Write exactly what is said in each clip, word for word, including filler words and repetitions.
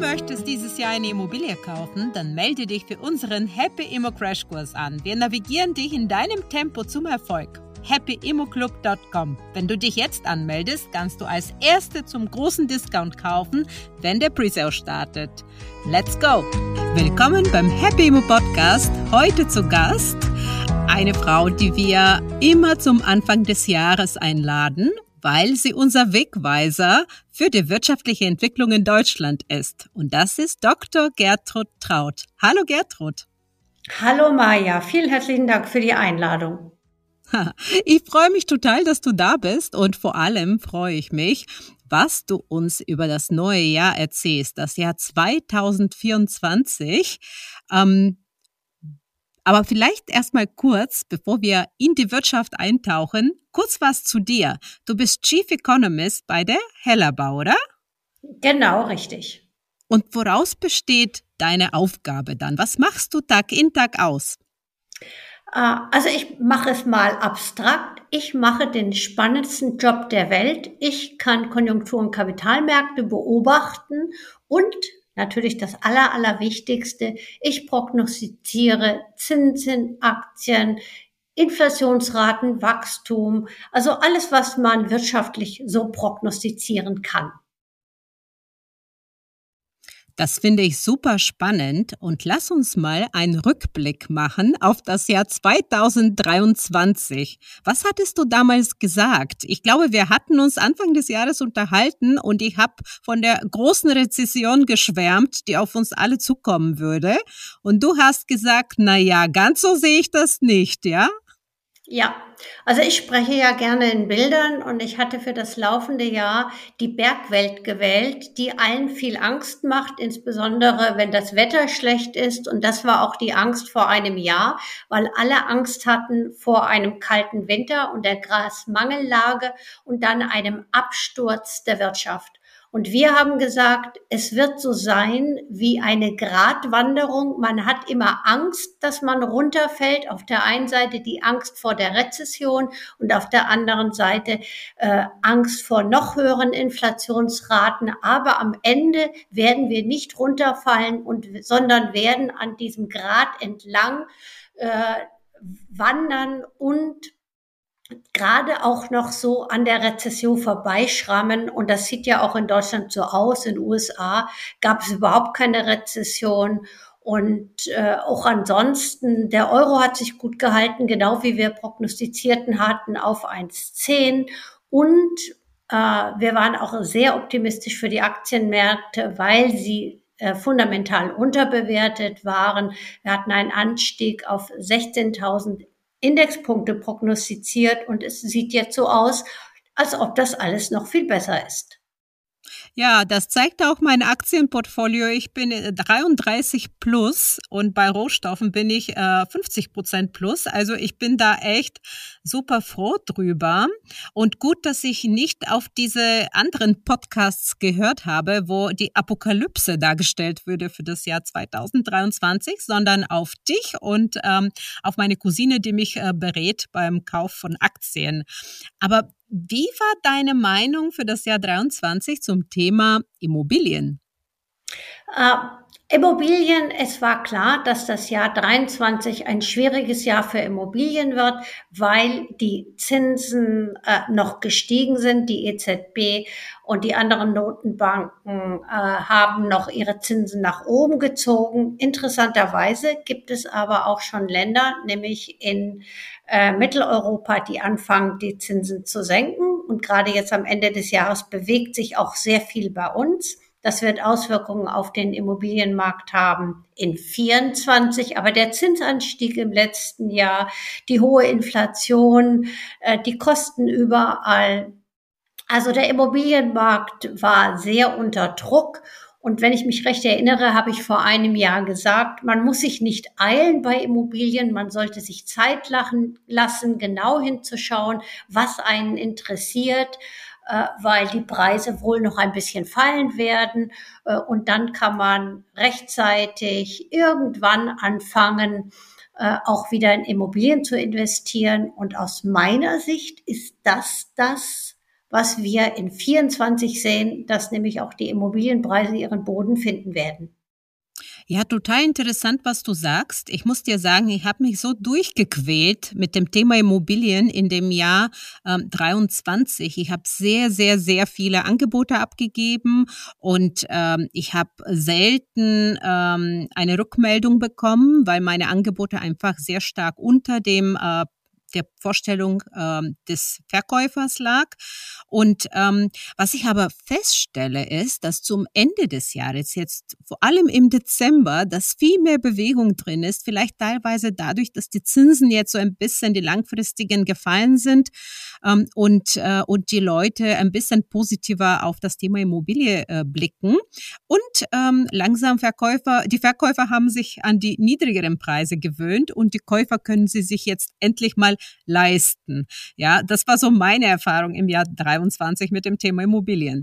möchtest dieses Jahr eine Immobilie kaufen, dann melde dich für unseren Happy Immo Crashkurs an. Wir navigieren dich in deinem Tempo zum Erfolg. happy immo club punkt com. Wenn du dich jetzt anmeldest, kannst du als Erste zum großen Discount kaufen, wenn der Presale startet. Let's go! Willkommen beim Happy Immo Podcast. Heute zu Gast eine Frau, die wir immer zum Anfang des Jahres einladen, weil sie unser Wegweiser für die wirtschaftliche Entwicklung in Deutschland ist. Und das ist Doktor Gertrud Traut. Hallo Gertrud. Hallo Maja, vielen herzlichen Dank für die Einladung. Ich freue mich total, dass du da bist und vor allem freue ich mich, was du uns über das neue Jahr erzählst, das Jahr zwanzig vierundzwanzig. Ähm, aber vielleicht erstmal kurz, bevor wir in die Wirtschaft eintauchen, kurz was zu dir. Du bist Chief Economist bei der Hellerberg, oder? Genau, richtig. Und woraus besteht deine Aufgabe dann? Was machst du Tag in, Tag aus? Also ich mache es mal abstrakt. Ich mache den spannendsten Job der Welt. Ich kann Konjunktur- und Kapitalmärkte beobachten und natürlich das Aller, Allerwichtigste, ich prognostiziere Zinsen, Aktien, Inflationsraten, Wachstum, also alles, was man wirtschaftlich so prognostizieren kann. Das finde ich super spannend und lass uns mal einen Rückblick machen auf das Jahr zwanzig dreiundzwanzig. Was hattest du damals gesagt? Ich glaube, wir hatten uns Anfang des Jahres unterhalten und ich habe von der großen Rezession geschwärmt, die auf uns alle zukommen würde. Und du hast gesagt, na ja, ganz so sehe ich das nicht, ja? Ja, also ich spreche ja gerne in Bildern und ich hatte für das laufende Jahr die Bergwelt gewählt, die allen viel Angst macht, insbesondere wenn das Wetter schlecht ist. Und das war auch die Angst vor einem Jahr, weil alle Angst hatten vor einem kalten Winter und der Gasmangellage und dann einem Absturz der Wirtschaft. Und wir haben gesagt, es wird so sein wie eine Gratwanderung. Man hat immer Angst, dass man runterfällt. Auf der einen Seite die Angst vor der Rezession und auf der anderen Seite äh, Angst vor noch höheren Inflationsraten. Aber am Ende werden wir nicht runterfallen, und, sondern werden an diesem Grat entlang äh, wandern und gerade auch noch so an der Rezession vorbeischrammen. Und das sieht ja auch in Deutschland so aus. In den U S A gab es überhaupt keine Rezession. Und äh, auch ansonsten, der Euro hat sich gut gehalten, genau wie wir prognostizierten hatten, auf eins Komma zehn. Und äh, wir waren auch sehr optimistisch für die Aktienmärkte, weil sie äh, fundamental unterbewertet waren. Wir hatten einen Anstieg auf sechzehntausend Indexpunkte prognostiziert und es sieht jetzt so aus, als ob das alles noch viel besser ist. Ja, das zeigt auch mein Aktienportfolio. Ich bin dreiunddreißig plus und bei Rohstoffen bin ich äh, fünfzig Prozent plus. Also ich bin da echt super froh drüber. Und gut, dass ich nicht auf diese anderen Podcasts gehört habe, wo die Apokalypse dargestellt würde für das Jahr zwanzig dreiundzwanzig, sondern auf dich und ähm, auf meine Cousine, die mich äh, berät beim Kauf von Aktien. Aber wie war deine Meinung für das Jahr dreiundzwanzig zum Thema Immobilien? Äh, Immobilien, es war klar, dass das Jahr dreiundzwanzig ein schwieriges Jahr für Immobilien wird, weil die Zinsen äh, noch gestiegen sind. Die E Z B und die anderen Notenbanken äh, haben noch ihre Zinsen nach oben gezogen. Interessanterweise gibt es aber auch schon Länder, nämlich in äh, Mitteleuropa, die anfangen, die Zinsen zu senken. Und gerade jetzt am Ende des Jahres bewegt sich auch sehr viel bei uns. Das wird Auswirkungen auf den Immobilienmarkt haben in vierundzwanzig. Aber der Zinsanstieg im letzten Jahr, die hohe Inflation, die Kosten überall. Also der Immobilienmarkt war sehr unter Druck. Und wenn ich mich recht erinnere, habe ich vor einem Jahr gesagt, man muss sich nicht eilen bei Immobilien, man sollte sich Zeit lassen, genau hinzuschauen, was einen interessiert, weil die Preise wohl noch ein bisschen fallen werden. Und dann kann man rechtzeitig irgendwann anfangen, auch wieder in Immobilien zu investieren. Und aus meiner Sicht ist das das, was wir in vierundzwanzig sehen, dass nämlich auch die Immobilienpreise ihren Boden finden werden. Ja, total interessant, was du sagst. Ich muss dir sagen, ich habe mich so durchgequält mit dem Thema Immobilien in dem Jahr ähm, dreiundzwanzig. Ich habe sehr, sehr, sehr viele Angebote abgegeben und ähm, ich habe selten ähm, eine Rückmeldung bekommen, weil meine Angebote einfach sehr stark unter dem äh, der Vorstellung ähm, des Verkäufers lag. Und ähm, was ich aber feststelle, ist, dass zum Ende des Jahres, jetzt vor allem im Dezember, dass viel mehr Bewegung drin ist, vielleicht teilweise dadurch, dass die Zinsen jetzt so ein bisschen, die langfristigen, gefallen sind ähm, und, äh, und die Leute ein bisschen positiver auf das Thema Immobilie äh, blicken. Und ähm, langsam Verkäufer, die Verkäufer haben sich an die niedrigeren Preise gewöhnt und die Käufer können sie sich jetzt endlich mal leisten. Ja, das war so meine Erfahrung im Jahr dreiundzwanzig mit dem Thema Immobilien.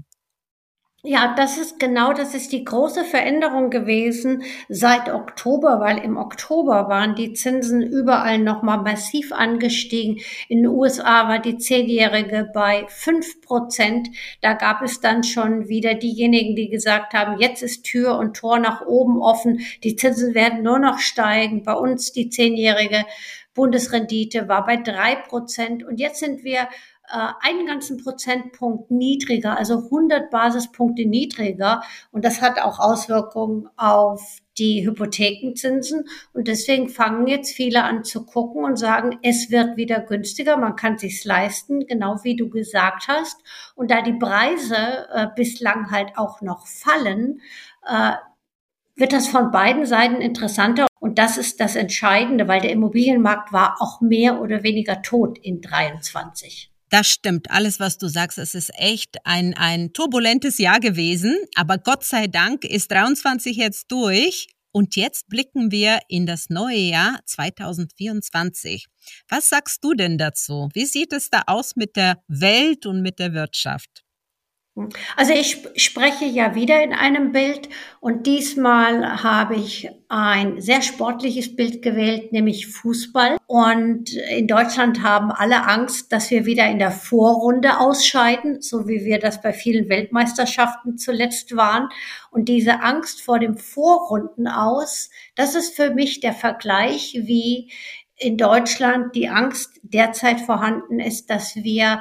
Ja, das ist genau, das ist die große Veränderung gewesen seit Oktober, weil im Oktober waren die Zinsen überall nochmal massiv angestiegen. In den U S A war die Zehnjährige bei fünf Prozent. Da gab es dann schon wieder diejenigen, die gesagt haben, jetzt ist Tür und Tor nach oben offen. Die Zinsen werden nur noch steigen. Bei uns die zehnjährige Bundesrendite war bei drei Prozent und jetzt sind wir äh, einen ganzen Prozentpunkt niedriger, also hundert Basispunkte niedriger. Und das hat auch Auswirkungen auf die Hypothekenzinsen. Und deswegen fangen jetzt viele an zu gucken und sagen, es wird wieder günstiger, man kann sich's leisten, genau wie du gesagt hast. Und da die Preise äh, bislang halt auch noch fallen, äh, wird das von beiden Seiten interessanter. Und das ist das Entscheidende, weil der Immobilienmarkt war auch mehr oder weniger tot in dreiundzwanzig. Das stimmt, alles, was du sagst, es ist echt ein, ein turbulentes Jahr gewesen, aber Gott sei Dank ist dreiundzwanzig jetzt durch und jetzt blicken wir in das neue Jahr zweitausendvierundzwanzig. Was sagst du denn dazu? Wie sieht es da aus mit der Welt und mit der Wirtschaft? Also ich spreche ja wieder in einem Bild und diesmal habe ich ein sehr sportliches Bild gewählt, nämlich Fußball. Und in Deutschland haben alle Angst, dass wir wieder in der Vorrunde ausscheiden, so wie wir das bei vielen Weltmeisterschaften zuletzt waren. Und diese Angst vor dem Vorrunden aus, das ist für mich der Vergleich, wie in Deutschland die Angst derzeit vorhanden ist, dass wir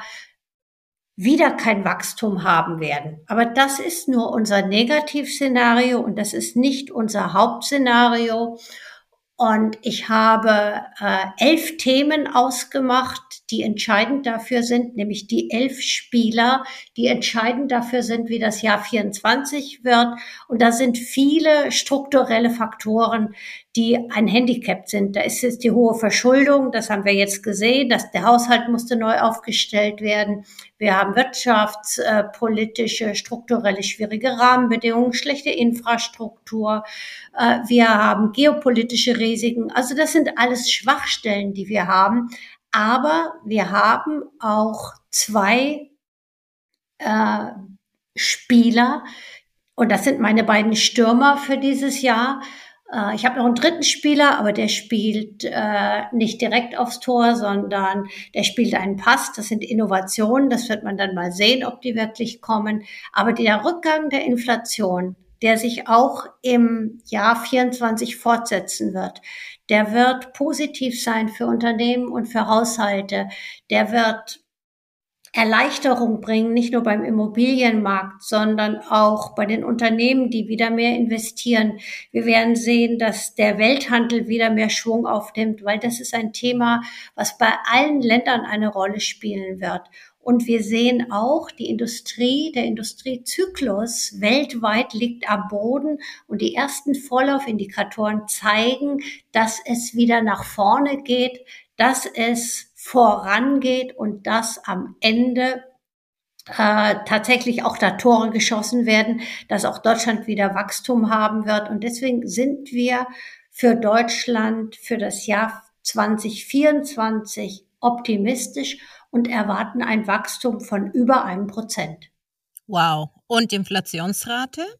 wieder kein Wachstum haben werden. Aber das ist nur unser Negativszenario und das ist nicht unser Hauptszenario. Und ich habe äh, elf Themen ausgemacht, die entscheidend dafür sind, nämlich die elf Spieler, die entscheidend dafür sind, wie das Jahr vierundzwanzig wird. Und da sind viele strukturelle Faktoren, die ein Handicap sind. Da ist jetzt die hohe Verschuldung, das haben wir jetzt gesehen, dass der Haushalt musste neu aufgestellt werden. Wir haben wirtschaftspolitische, strukturelle schwierige Rahmenbedingungen, schlechte Infrastruktur. Wir haben geopolitische Risiken. Also das sind alles Schwachstellen, die wir haben. Aber wir haben auch zwei äh, Spieler, und das sind meine beiden Stürmer für dieses Jahr. Äh, ich habe noch einen dritten Spieler, aber der spielt äh, nicht direkt aufs Tor, sondern der spielt einen Pass. Das sind Innovationen, das wird man dann mal sehen, ob die wirklich kommen. Aber der Rückgang der Inflation, der sich auch im Jahr vierundzwanzig fortsetzen wird, der wird positiv sein für Unternehmen und für Haushalte. Der wird Erleichterung bringen, nicht nur beim Immobilienmarkt, sondern auch bei den Unternehmen, die wieder mehr investieren. Wir werden sehen, dass der Welthandel wieder mehr Schwung aufnimmt, weil das ist ein Thema, was bei allen Ländern eine Rolle spielen wird. Und wir sehen auch, die Industrie, der Industriezyklus weltweit liegt am Boden und die ersten Vorlaufindikatoren zeigen, dass es wieder nach vorne geht, dass es vorangeht und dass am Ende äh, tatsächlich auch da Tore geschossen werden, dass auch Deutschland wieder Wachstum haben wird. Und deswegen sind wir für Deutschland für das Jahr zwanzig vierundzwanzig optimistisch und erwarten ein Wachstum von über einem Prozent. Wow. Und Inflationsrate?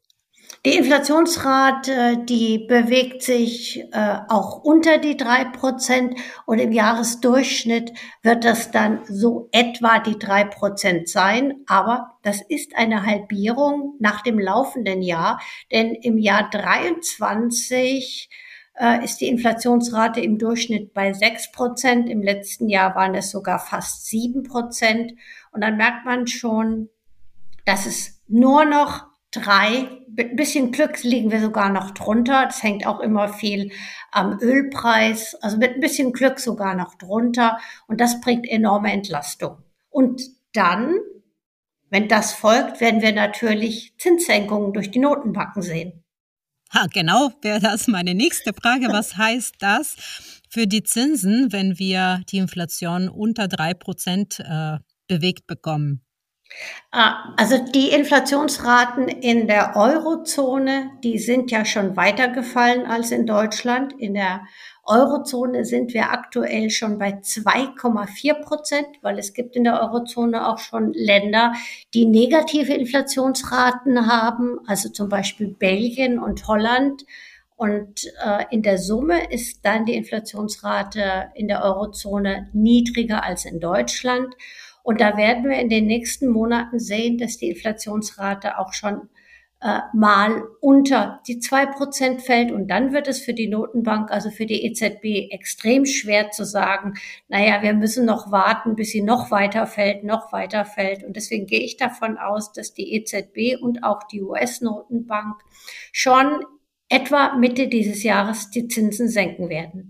Die Inflationsrate, die bewegt sich äh, auch unter die drei Prozent und im Jahresdurchschnitt wird das dann so etwa die drei Prozent sein. Aber das ist eine Halbierung nach dem laufenden Jahr, denn im Jahr dreiundzwanzig äh, ist die Inflationsrate im Durchschnitt bei sechs Prozent. Im letzten Jahr waren es sogar fast sieben Prozent. Und dann merkt man schon, dass es nur noch drei, mit ein bisschen Glück liegen wir sogar noch drunter. Das hängt auch immer viel am Ölpreis, also mit ein bisschen Glück sogar noch drunter. Und das bringt enorme Entlastung. Und dann, wenn das folgt, werden wir natürlich Zinssenkungen durch die Notenbanken sehen. Ha, genau, wäre das meine nächste Frage. Was heißt das für die Zinsen, wenn wir die Inflation unter drei Prozent äh, bewegt bekommen? Also die Inflationsraten in der Eurozone, die sind ja schon weiter gefallen als in Deutschland. In der Eurozone sind wir aktuell schon bei zwei Komma vier Prozent, weil es gibt in der Eurozone auch schon Länder, die negative Inflationsraten haben, also zum Beispiel Belgien und Holland. Und äh, in der Summe ist dann die Inflationsrate in der Eurozone niedriger als in Deutschland. Und da werden wir in den nächsten Monaten sehen, dass die Inflationsrate auch schon äh, mal unter die zwei Prozent fällt. Und dann wird es für die Notenbank, also für die E Z B, extrem schwer zu sagen, naja, wir müssen noch warten, bis sie noch weiter fällt, noch weiter fällt. Und deswegen gehe ich davon aus, dass die E Z B und auch die U S-Notenbank schon etwa Mitte dieses Jahres die Zinsen senken werden.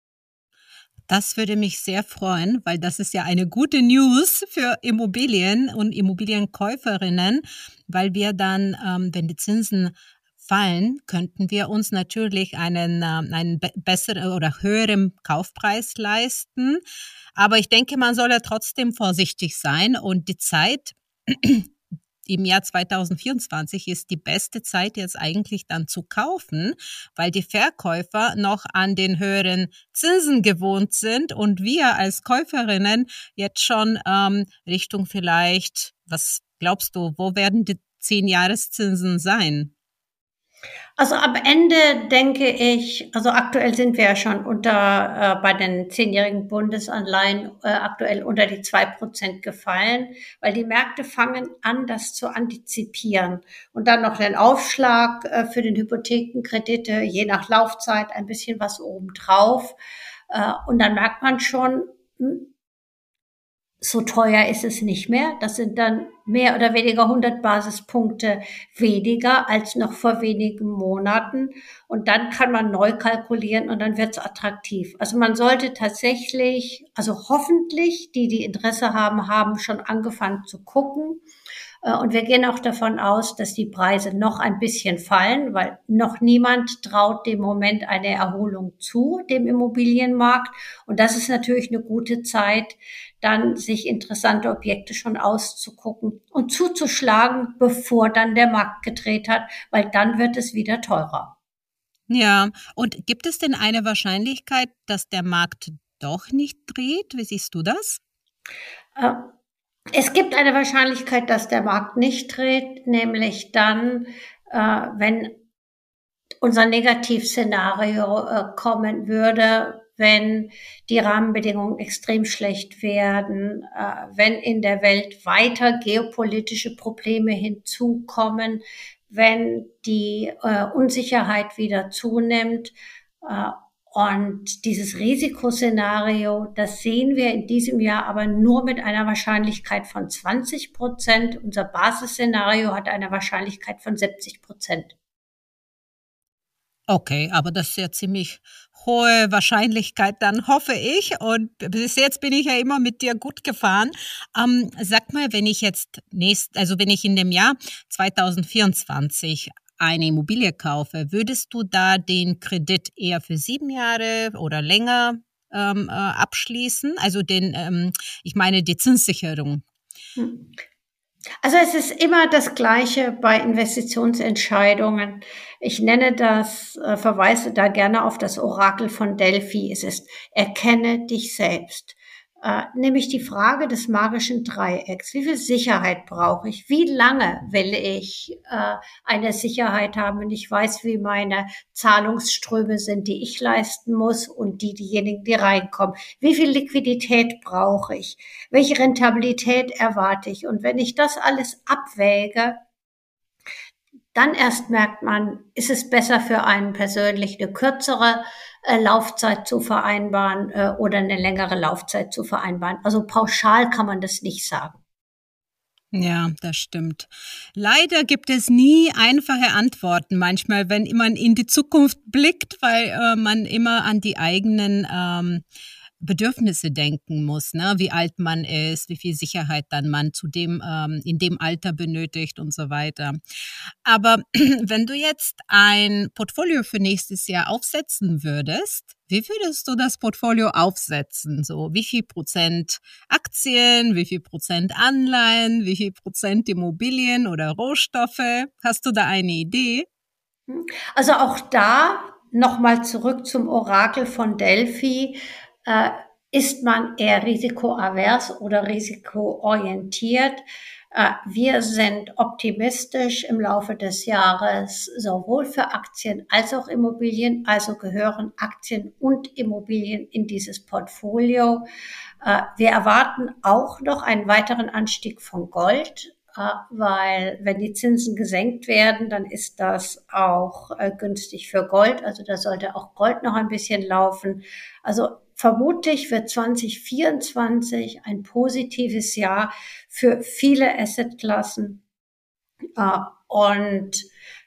Das würde mich sehr freuen, weil das ist ja eine gute News für Immobilien und Immobilienkäuferinnen, weil wir dann, ähm, wenn die Zinsen fallen, könnten wir uns natürlich einen, ähm, einen be- besseren oder höheren Kaufpreis leisten. Aber ich denke, man soll ja trotzdem vorsichtig sein und die Zeit im Jahr zweitausendvierundzwanzig ist die beste Zeit jetzt eigentlich dann zu kaufen, weil die Verkäufer noch an den höheren Zinsen gewohnt sind und wir als Käuferinnen jetzt schon ähm, Richtung vielleicht, was glaubst du, wo werden die zehn-Jahreszinsen sein? Also am Ende denke ich, also aktuell sind wir ja schon unter, äh, bei den zehnjährigen Bundesanleihen äh, aktuell unter die zwei Prozent gefallen, weil die Märkte fangen an, das zu antizipieren. Und dann noch den Aufschlag äh, für den Hypothekenkredite, je nach Laufzeit ein bisschen was obendrauf. Äh, und dann merkt man schon, hm, so teuer ist es nicht mehr. Das sind dann mehr oder weniger hundert Basispunkte weniger als noch vor wenigen Monaten. Und dann kann man neu kalkulieren und dann wird es attraktiv. Also man sollte tatsächlich, also hoffentlich, die, die Interesse haben, haben schon angefangen zu gucken. Und wir gehen auch davon aus, dass die Preise noch ein bisschen fallen, weil noch niemand traut dem Moment eine Erholung zu, dem Immobilienmarkt. Und das ist natürlich eine gute Zeit, dann sich interessante Objekte schon auszugucken und zuzuschlagen, bevor dann der Markt gedreht hat, weil dann wird es wieder teurer. Ja, und gibt es denn eine Wahrscheinlichkeit, dass der Markt doch nicht dreht? Wie siehst du das? Äh, Es gibt eine Wahrscheinlichkeit, dass der Markt nicht dreht, nämlich dann, äh, wenn unser Negativszenario äh, kommen würde, wenn die Rahmenbedingungen extrem schlecht werden, äh, wenn in der Welt weiter geopolitische Probleme hinzukommen, wenn die äh, Unsicherheit wieder zunimmt. Äh, und dieses Risikoszenario, das sehen wir in diesem Jahr aber nur mit einer Wahrscheinlichkeit von zwanzig Prozent. Unser Basisszenario hat eine Wahrscheinlichkeit von siebzig Prozent. Okay, aber das ist ja ziemlich hohe Wahrscheinlichkeit, dann hoffe ich. Und bis jetzt bin ich ja immer mit dir gut gefahren. Ähm, sag mal, wenn ich jetzt nächst, also wenn ich in dem Jahr zweitausendvierundzwanzig eine Immobilie kaufe, würdest du da den Kredit eher für sieben Jahre oder länger ähm, äh, abschließen? Also den, ähm, ich meine die Zinssicherung. Hm. Also es ist immer das Gleiche bei Investitionsentscheidungen. Ich nenne das, äh, verweise da gerne auf das Orakel von Delphi. Es ist, erkenne dich selbst. Äh, nämlich die Frage des magischen Dreiecks. Wie viel Sicherheit brauche ich? Wie lange will ich äh, eine Sicherheit haben, wenn ich weiß, wie meine Zahlungsströme sind, die ich leisten muss und die diejenigen, die reinkommen? Wie viel Liquidität brauche ich? Welche Rentabilität erwarte ich? Und wenn ich das alles abwäge, dann erst merkt man, ist es besser für einen persönlich eine kürzere äh, Laufzeit zu vereinbaren äh, oder eine längere Laufzeit zu vereinbaren. Also pauschal kann man das nicht sagen. Ja, das stimmt. Leider gibt es nie einfache Antworten manchmal, wenn man in die Zukunft blickt, weil äh, man immer an die eigenen ähm, Bedürfnisse denken muss, ne? Wie alt man ist, wie viel Sicherheit dann man zu dem ähm, in dem Alter benötigt und so weiter. Aber wenn du jetzt ein Portfolio für nächstes Jahr aufsetzen würdest, wie würdest du das Portfolio aufsetzen? So, wie viel Prozent Aktien, wie viel Prozent Anleihen, wie viel Prozent Immobilien oder Rohstoffe? Hast du da eine Idee? Also auch da nochmal zurück zum Orakel von Delphi. Äh, ist man eher risikoavers oder risikoorientiert? Äh, wir sind optimistisch im Laufe des Jahres sowohl für Aktien als auch Immobilien. Also gehören Aktien und Immobilien in dieses Portfolio. Äh, wir erwarten auch noch einen weiteren Anstieg von Gold, weil wenn die Zinsen gesenkt werden, dann ist das auch äh, günstig für Gold. Also da sollte auch Gold noch ein bisschen laufen. Also vermutlich wird zwanzig vierundzwanzig ein positives Jahr für viele Assetklassen. Äh, und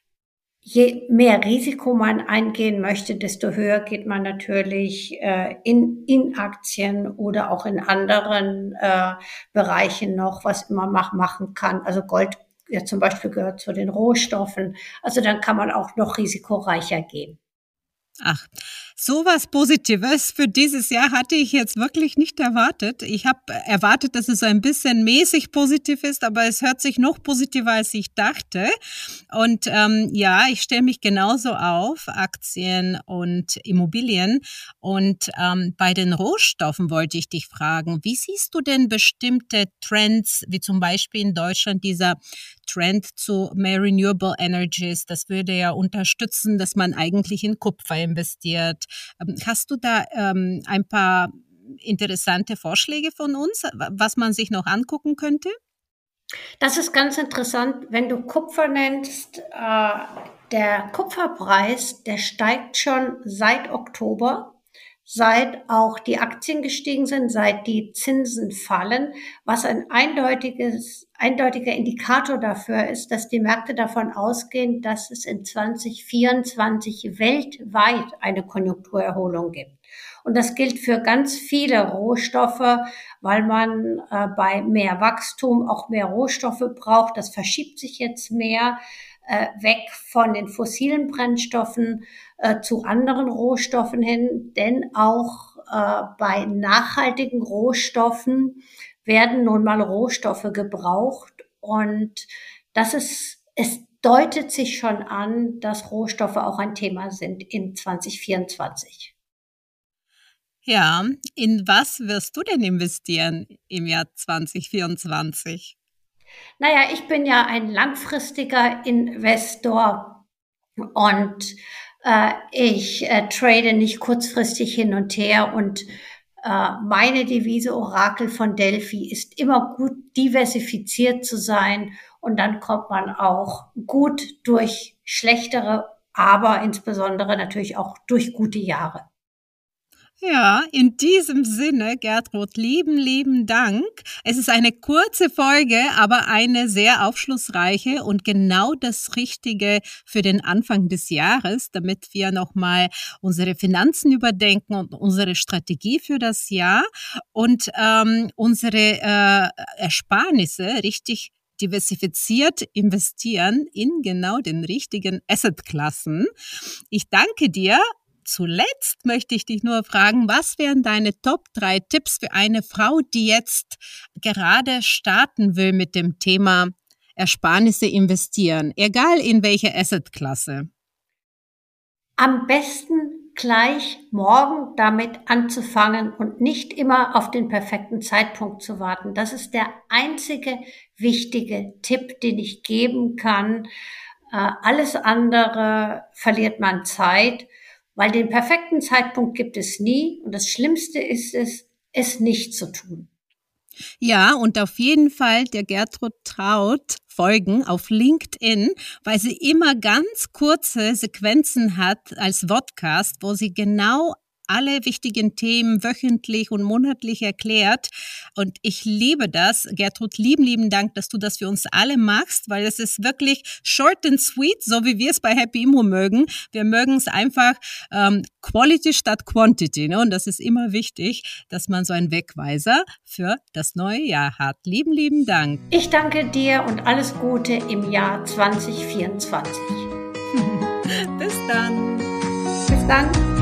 je mehr Risiko man eingehen möchte, desto höher geht man natürlich äh, in, in Aktien oder auch in anderen äh, Bereichen noch, was man mach, machen kann. Also Gold ja zum Beispiel gehört zu den Rohstoffen. Also dann kann man auch noch risikoreicher gehen. Ach, sowas Positives für dieses Jahr hatte ich jetzt wirklich nicht erwartet. Ich habe erwartet, dass es so ein bisschen mäßig positiv ist, aber es hört sich noch positiver, als ich dachte. Und ähm, ja, ich stelle mich genauso auf, Aktien und Immobilien. Und ähm, bei den Rohstoffen wollte ich dich fragen, wie siehst du denn bestimmte Trends, wie zum Beispiel in Deutschland dieser Trend zu mehr Renewable Energies? Das würde ja unterstützen, dass man eigentlich in Kupfer investiert. Hast du da ähm, ein paar interessante Vorschläge von uns, was man sich noch angucken könnte? Das ist ganz interessant, wenn du Kupfer nennst. Äh, der Kupferpreis, der steigt schon seit Oktober, seit auch die Aktien gestiegen sind, seit die Zinsen fallen, was ein eindeutiges, eindeutiger Indikator dafür ist, dass die Märkte davon ausgehen, dass es in zwanzig vierundzwanzig weltweit eine Konjunkturerholung gibt. Und das gilt für ganz viele Rohstoffe, weil man äh, bei mehr Wachstum auch mehr Rohstoffe braucht. Das verschiebt sich jetzt mehr äh, weg von den fossilen Brennstoffen äh, zu anderen Rohstoffen hin, denn auch äh, bei nachhaltigen Rohstoffen werden nun mal Rohstoffe gebraucht und das ist, es deutet sich schon an, dass Rohstoffe auch ein Thema sind in zwanzig vierundzwanzig. Ja, in was wirst du denn investieren im Jahr zwanzig vierundzwanzig? Naja, ich bin ja ein langfristiger Investor und äh, ich äh, trade nicht kurzfristig hin und her und äh, meine Devise Orakel von Delphi ist immer gut diversifiziert zu sein und dann kommt man auch gut durch schlechtere, aber insbesondere natürlich auch durch gute Jahre. Ja, in diesem Sinne, Gertrud, lieben, lieben Dank. Es ist eine kurze Folge, aber eine sehr aufschlussreiche und genau das Richtige für den Anfang des Jahres, damit wir nochmal unsere Finanzen überdenken und unsere Strategie für das Jahr und ähm, unsere äh, Ersparnisse richtig diversifiziert investieren in genau den richtigen Assetklassen. Ich danke dir. Zuletzt möchte ich dich nur fragen, was wären deine Top drei Tipps für eine Frau, die jetzt gerade starten will mit dem Thema Ersparnisse investieren, egal in welche Assetklasse? Am besten gleich morgen damit anzufangen und nicht immer auf den perfekten Zeitpunkt zu warten. Das ist der einzige wichtige Tipp, den ich geben kann. Äh, alles andere verliert man Zeit, weil den perfekten Zeitpunkt gibt es nie. Und das Schlimmste ist es, es nicht zu tun. Ja, und auf jeden Fall der Gertrud Traut folgen auf LinkedIn, weil sie immer ganz kurze Sequenzen hat als Podcast, wo sie genau alle wichtigen Themen wöchentlich und monatlich erklärt. Und ich liebe das. Gertrud, lieben, lieben Dank, dass du das für uns alle machst, weil es ist wirklich short and sweet, so wie wir es bei Happy Immo mögen. Wir mögen es einfach ähm, Quality statt Quantity. Ne? Und das ist immer wichtig, dass man so einen Wegweiser für das neue Jahr hat. Lieben, lieben Dank. Ich danke dir und alles Gute im Jahr zwanzig vierundzwanzig. Bis dann. Bis dann.